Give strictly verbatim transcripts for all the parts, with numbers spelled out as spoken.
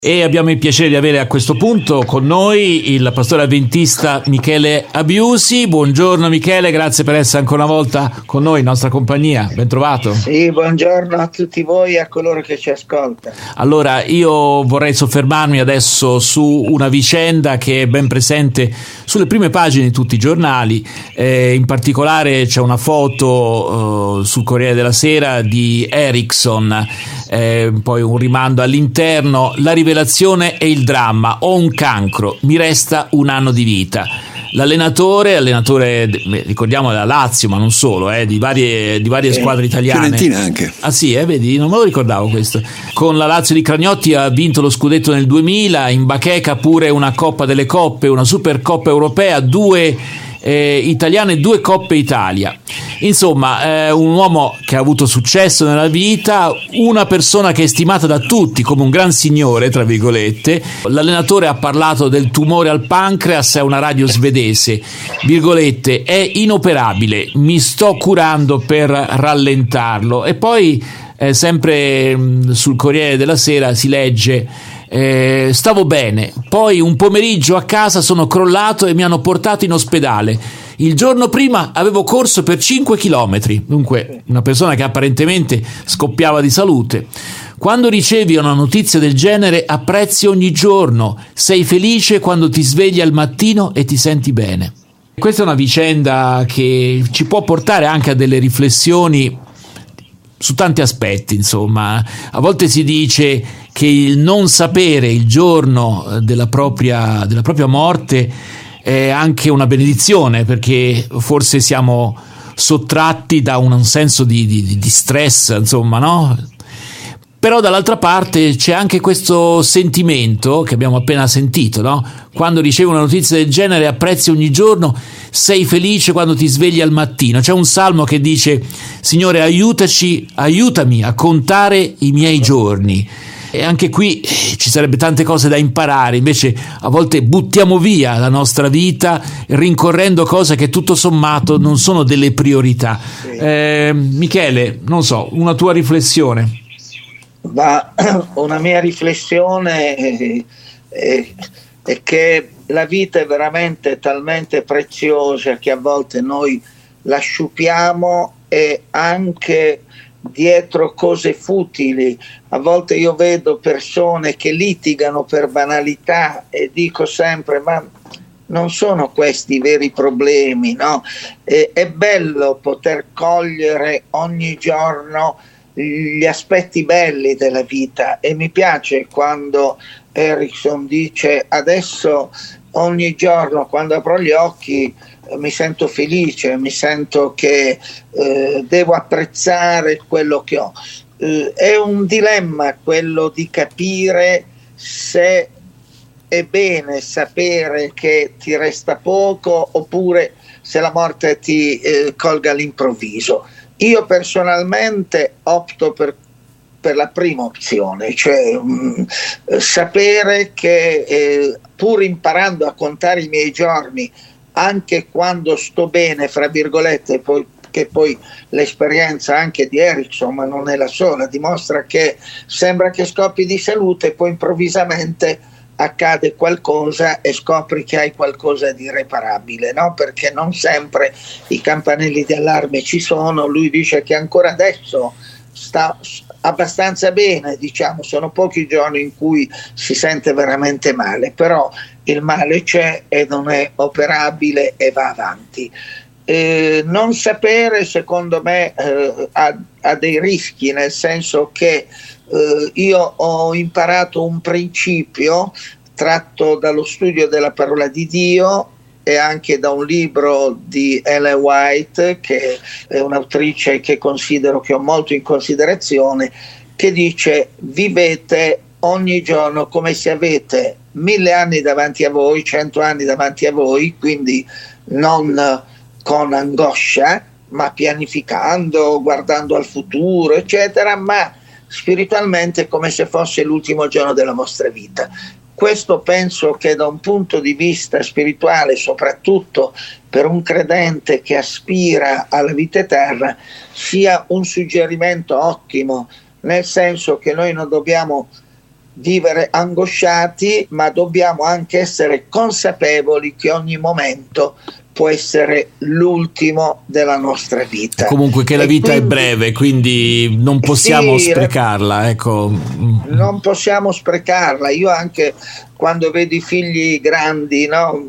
E abbiamo il piacere di avere a questo punto con noi il pastore avventista Michele Abiusi. Buongiorno Michele, grazie per essere ancora una volta con noi in nostra compagnia, ben trovato. Sì, buongiorno a tutti voi e a coloro che ci ascoltano. Allora, io vorrei soffermarmi adesso su una vicenda che è ben presente sulle prime pagine di tutti i giornali, eh, in particolare c'è una foto eh, sul Corriere della Sera di Ericsson, eh, poi un rimando all'interno, la rivelazione e il dramma: ho un cancro, mi resta un anno di vita. L'allenatore, allenatore ricordiamo della Lazio, ma non solo, eh, di varie, di varie squadre italiane. Fiorentina anche. Ah sì, eh, vedi, non me lo ricordavo questo. Con la Lazio di Cragnotti ha vinto lo scudetto nel duemila, in bacheca pure una Coppa delle Coppe, una Supercoppa europea, due eh, italiane, due Coppe Italia. Insomma, eh, un uomo che ha avuto successo nella vita, una persona che è stimata da tutti come un gran signore, tra virgolette. L'allenatore ha parlato del tumore al pancreas a una radio svedese, virgolette, è inoperabile, mi sto curando per rallentarlo. E poi eh, sempre mh, sul Corriere della Sera si legge: eh, stavo bene, poi un pomeriggio a casa sono crollato e mi hanno portato in ospedale. Il giorno prima avevo corso per cinque chilometri, dunque una persona che apparentemente scoppiava di salute. Quando ricevi una notizia del genere apprezzi ogni giorno, sei felice quando ti svegli al mattino e ti senti bene. Questa è una vicenda che ci può portare anche a delle riflessioni su tanti aspetti, insomma. A volte si dice che il non sapere il giorno della propria, della propria morte è anche una benedizione, perché forse siamo sottratti da un senso di, di, di stress, insomma, no? Però dall'altra parte c'è anche questo sentimento che abbiamo appena sentito, no? Quando ricevi una notizia del genere apprezzi ogni giorno, sei felice quando ti svegli al mattino. C'è un salmo che dice: Signore, aiutaci, aiutami a contare i miei giorni. E anche qui ci sarebbe tante cose da imparare, invece a volte buttiamo via la nostra vita rincorrendo cose che tutto sommato non sono delle priorità. Sì. Eh, Michele, non so, una tua riflessione? Ma una mia riflessione è, è, è che la vita è veramente talmente preziosa che a volte noi la sciupiamo, e anche dietro cose futili. A volte io vedo persone che litigano per banalità e dico sempre: ma non sono questi i veri problemi, no? E, è bello poter cogliere ogni giorno gli aspetti belli della vita, e mi piace quando Ericsson dice: adesso ogni giorno quando apro gli occhi mi sento felice, mi sento che eh, devo apprezzare quello che ho. Eh, è un dilemma quello di capire se è bene sapere che ti resta poco, oppure se la morte ti eh, colga all'improvviso. Io personalmente opto per per la prima opzione, cioè mh, sapere che eh, pur imparando a contare i miei giorni, anche quando sto bene, fra virgolette, poi, che poi l'esperienza anche di Ericsson, ma non è la sola, dimostra che sembra che scoppi di salute e poi improvvisamente accade qualcosa e scopri che hai qualcosa di irreparabile, no? Perché non sempre i campanelli di allarme ci sono. Lui dice che ancora adesso sta abbastanza bene, diciamo, sono pochi giorni in cui si sente veramente male, però il male c'è e non è operabile e va avanti. Eh, non sapere, secondo me, eh, ha, ha dei rischi, nel senso che eh, io ho imparato un principio tratto dallo studio della parola di Dio e anche da un libro di Ellen White, che è un'autrice che considero, che ho molto in considerazione, che dice: vivete ogni giorno come se avete mille anni davanti a voi, cento anni davanti a voi, quindi non con angoscia, ma pianificando, guardando al futuro, eccetera, ma spiritualmente come se fosse l'ultimo giorno della vostra vita. Questo penso che da un punto di vista spirituale, soprattutto per un credente che aspira alla vita eterna, sia un suggerimento ottimo, nel senso che noi non dobbiamo vivere angosciati, ma dobbiamo anche essere consapevoli che ogni momento può essere l'ultimo della nostra vita. Comunque che la vita quindi, è breve, quindi non possiamo sì, sprecarla, ecco. Non possiamo sprecarla. Io anche quando vedo i figli grandi, no,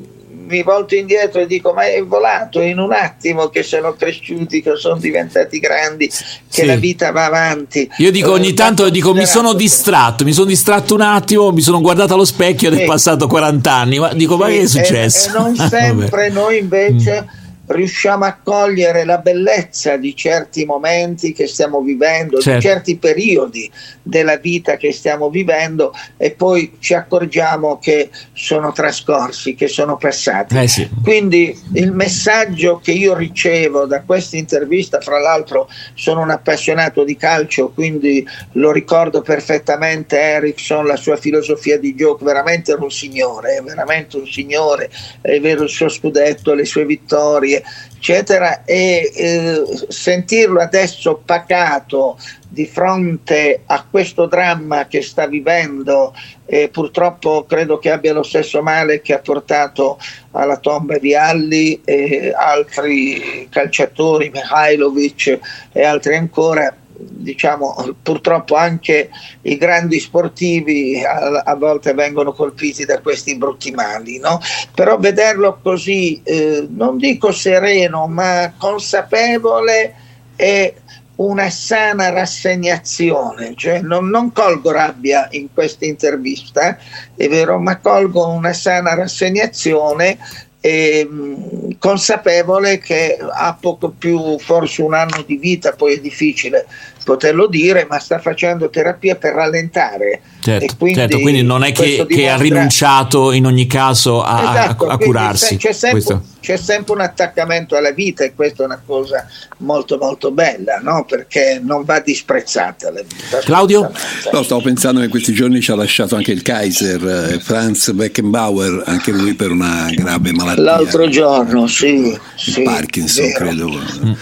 mi volto indietro e dico: ma è volato in un attimo che sono cresciuti, che sono diventati grandi, che sì. La vita va avanti. Io dico ogni eh, tanto dico mi sono distratto, mi sono distratto un attimo, mi sono guardato allo specchio ed sì. È passato quaranta anni, ma dico sì. Ma che è successo? E, e non sempre noi invece mm. riusciamo a cogliere la bellezza di certi momenti che stiamo vivendo, certo. Di certi periodi della vita che stiamo vivendo, e poi ci accorgiamo che sono trascorsi, che sono passati. Eh sì. Quindi il messaggio che io ricevo da questa intervista, fra l'altro sono un appassionato di calcio, quindi lo ricordo perfettamente Eriksson, la sua filosofia di gioco, veramente era un signore, è veramente un signore, è vero, il suo scudetto, le sue vittorie, eccetera, e eh, sentirlo adesso pacato di fronte a questo dramma che sta vivendo, e purtroppo credo che abbia lo stesso male che ha portato alla tomba di Alli e altri calciatori, Mihajlovic e altri ancora. Diciamo, purtroppo anche i grandi sportivi a, a volte vengono colpiti da questi brutti mali, no? Però vederlo così, eh, non dico sereno, ma consapevole, è una sana rassegnazione, cioè non, non colgo rabbia in questa intervista, è vero, ma colgo una sana rassegnazione, e, mh, consapevole che ha poco più, forse un anno di vita, poi è difficile poterlo dire, ma sta facendo terapia per rallentare. Certo, e quindi, certo, quindi non è che, dimostra... che ha rinunciato in ogni caso a, esatto, a, a curarsi. C'è sempre, c'è sempre un attaccamento alla vita, e questa è una cosa molto molto bella, no? Perché non va disprezzata la vita. Claudio? No, stavo pensando che in questi giorni ci ha lasciato anche il Kaiser, eh, Franz Beckenbauer, anche lui per una grave malattia. L'altro giorno, sì. sì Parkinson, vero. credo. Mm.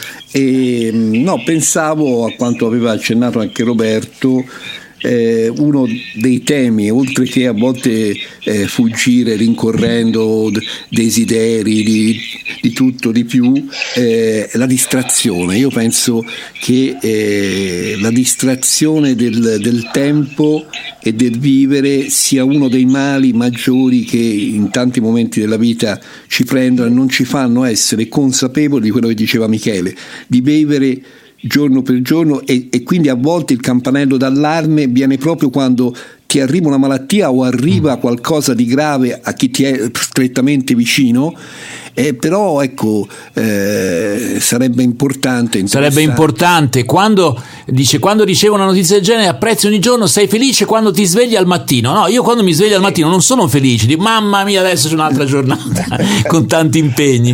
E no, pensavo a quanto aveva accennato anche Roberto, eh, uno dei temi, oltre che a volte eh, fuggire rincorrendo d- desideri di, di tutto di più, eh, la distrazione. Io penso che eh, la distrazione del, del tempo e del vivere sia uno dei mali maggiori che in tanti momenti della vita ci prendono e non ci fanno essere consapevoli di quello che diceva Michele, di vivere giorno per giorno, e, e quindi a volte il campanello d'allarme viene proprio quando ti arriva una malattia o arriva qualcosa di grave a chi ti è strettamente vicino. Eh, però ecco, eh, sarebbe importante sarebbe importante quando dice quando ricevo una notizia del genere, apprezzi ogni giorno, sei felice quando ti svegli al mattino. No, io quando mi sveglio al mattino non sono felice, dico mamma mia adesso c'è un'altra giornata con tanti impegni,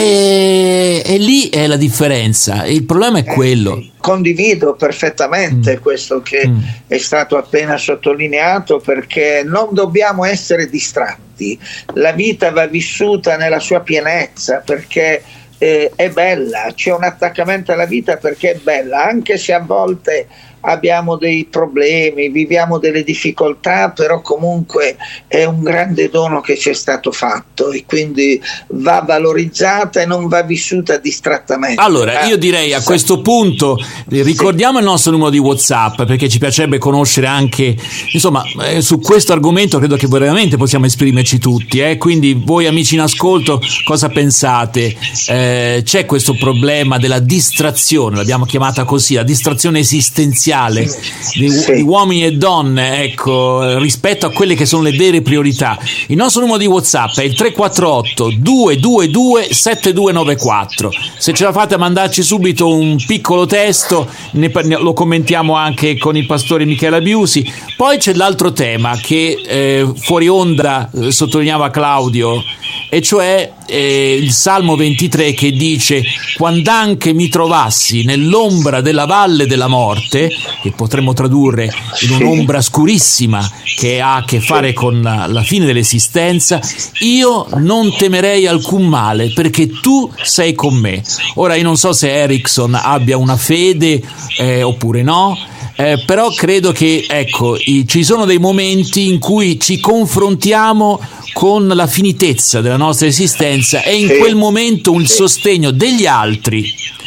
e, e lì è la differenza, il problema è quello. Condivido perfettamente mm. questo che mm. è stato appena sottolineato, perché non dobbiamo essere distratti, la vita va vissuta nella sua pienezza, perché eh, è bella, c'è un attaccamento alla vita perché è bella, anche se a volte abbiamo dei problemi, viviamo delle difficoltà, però comunque è un grande dono che ci è stato fatto, e quindi va valorizzata e non va vissuta distrattamente. Allora io direi a questo punto ricordiamo sì. il nostro numero di WhatsApp, perché ci piacerebbe conoscere anche, insomma, eh, su questo argomento credo che veramente possiamo esprimerci tutti, eh? Quindi voi amici in ascolto cosa pensate? Eh, c'è questo problema della distrazione, l'abbiamo chiamata così, la distrazione esistenziale Di, sì. di uomini e donne, ecco, rispetto a quelle che sono le vere priorità. Il nostro numero di WhatsApp è il tre quattro otto due due due sette due nove quattro. Se ce la fate a mandarci subito un piccolo testo, ne, ne, lo commentiamo anche con il pastore Michele Abiusi. Poi c'è l'altro tema che eh, fuori onda eh, sottolineava Claudio, e cioè eh, il Salmo ventitré che dice: quand'anche mi trovassi nell'ombra della valle della morte, che potremmo tradurre in un'ombra scurissima che ha a che fare con la, la fine dell'esistenza, io non temerei alcun male perché tu sei con me. Ora io non so se Eriksson abbia una fede eh, oppure no, eh, però credo che ecco i, ci sono dei momenti in cui ci confrontiamo con la finitezza della nostra esistenza e in sì. quel momento un sì. sostegno degli altri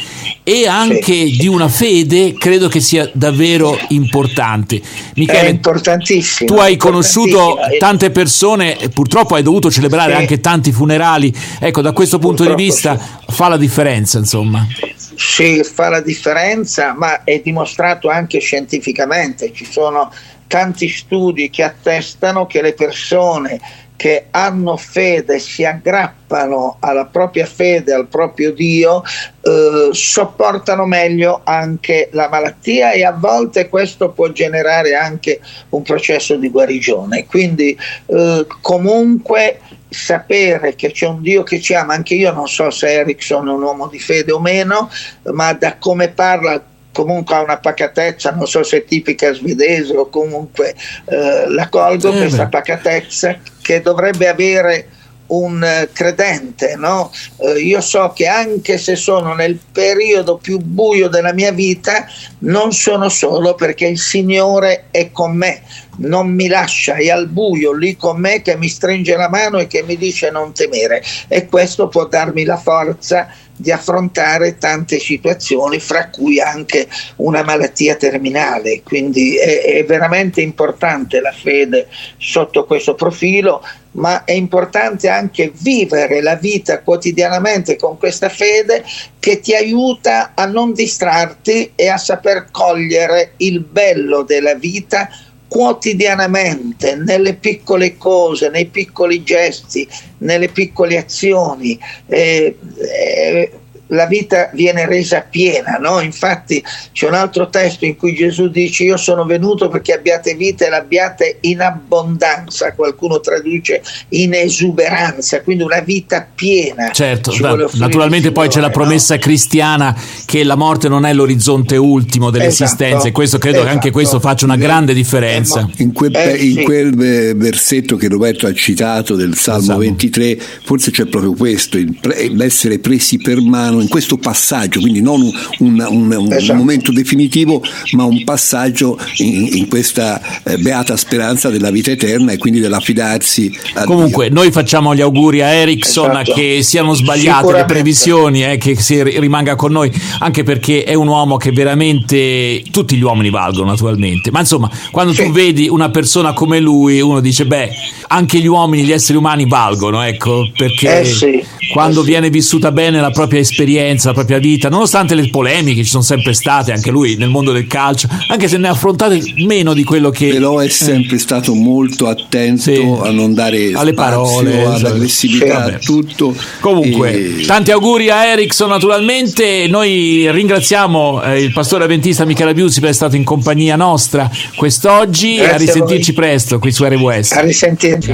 e anche sì. di una fede credo che sia davvero importante. Michele, è importantissimo. Tu hai conosciuto tante persone e purtroppo hai dovuto celebrare sì. anche tanti funerali. Ecco, da questo punto purtroppo di vista sì. fa la differenza, insomma. Sì, fa la differenza, ma è dimostrato anche scientificamente. Ci sono tanti studi che attestano che le persone che hanno fede, si aggrappano alla propria fede, al proprio Dio, eh, sopportano meglio anche la malattia e a volte questo può generare anche un processo di guarigione. Quindi eh, comunque sapere che c'è un Dio che ci ama, anche io non so se Erickson è un uomo di fede o meno, ma da come parla comunque ha una pacatezza, non so se è tipica svedese o comunque eh, la colgo eh questa pacatezza che dovrebbe avere un uh, credente, no? Uh, io so che anche se sono nel periodo più buio della mia vita non sono solo, perché il Signore è con me, non mi lascia, è al buio lì con me che mi stringe la mano e che mi dice non temere, e questo può darmi la forza di affrontare tante situazioni, fra cui anche una malattia terminale. Quindi è, è veramente importante la fede sotto questo profilo, ma è importante anche vivere la vita quotidianamente con questa fede che ti aiuta a non distrarti e a saper cogliere il bello della vita quotidianamente, nelle piccole cose, nei piccoli gesti, nelle piccole azioni. Eh, eh, la vita viene resa piena, no? Infatti c'è un altro testo in cui Gesù dice: io sono venuto perché abbiate vita e l'abbiate in abbondanza, qualcuno traduce in esuberanza, quindi una vita piena. Certo, da, naturalmente poi c'è la promessa no? cristiana che la morte non è l'orizzonte ultimo dell'esistenza, esatto, e questo credo esatto. che anche questo faccia una grande differenza. In quel, eh, in sì. quel versetto che Roberto ha citato del Salmo esatto. ventitré, forse c'è proprio questo, il pre, l'essere presi per mano in questo passaggio, quindi non un, un, un, un esatto. momento definitivo, ma un passaggio in, in questa eh, beata speranza della vita eterna e quindi dell'affidarsi a comunque Dio. Noi facciamo gli auguri a Erickson esatto. che siano sbagliate le previsioni, eh, che si rimanga con noi, anche perché è un uomo che veramente tutti gli uomini valgono naturalmente, ma insomma quando sì. tu vedi una persona come lui uno dice beh, anche gli uomini, gli esseri umani valgono, ecco, perché eh sì. quando eh sì. viene vissuta bene la propria esperienza, la propria vita, nonostante le polemiche ci sono sempre state, anche lui nel mondo del calcio, anche se ne ha affrontate meno di quello che però è sempre eh. stato molto attento sì. a non dare alle spazio, parole, all'aggressività, a tutto. Comunque e... tanti auguri a Erickson naturalmente. Noi ringraziamo eh, il pastore avventista Michele Abiuzzi per essere stato in compagnia nostra quest'oggi. Grazie, a risentirci a presto qui su R W S. A risentirci.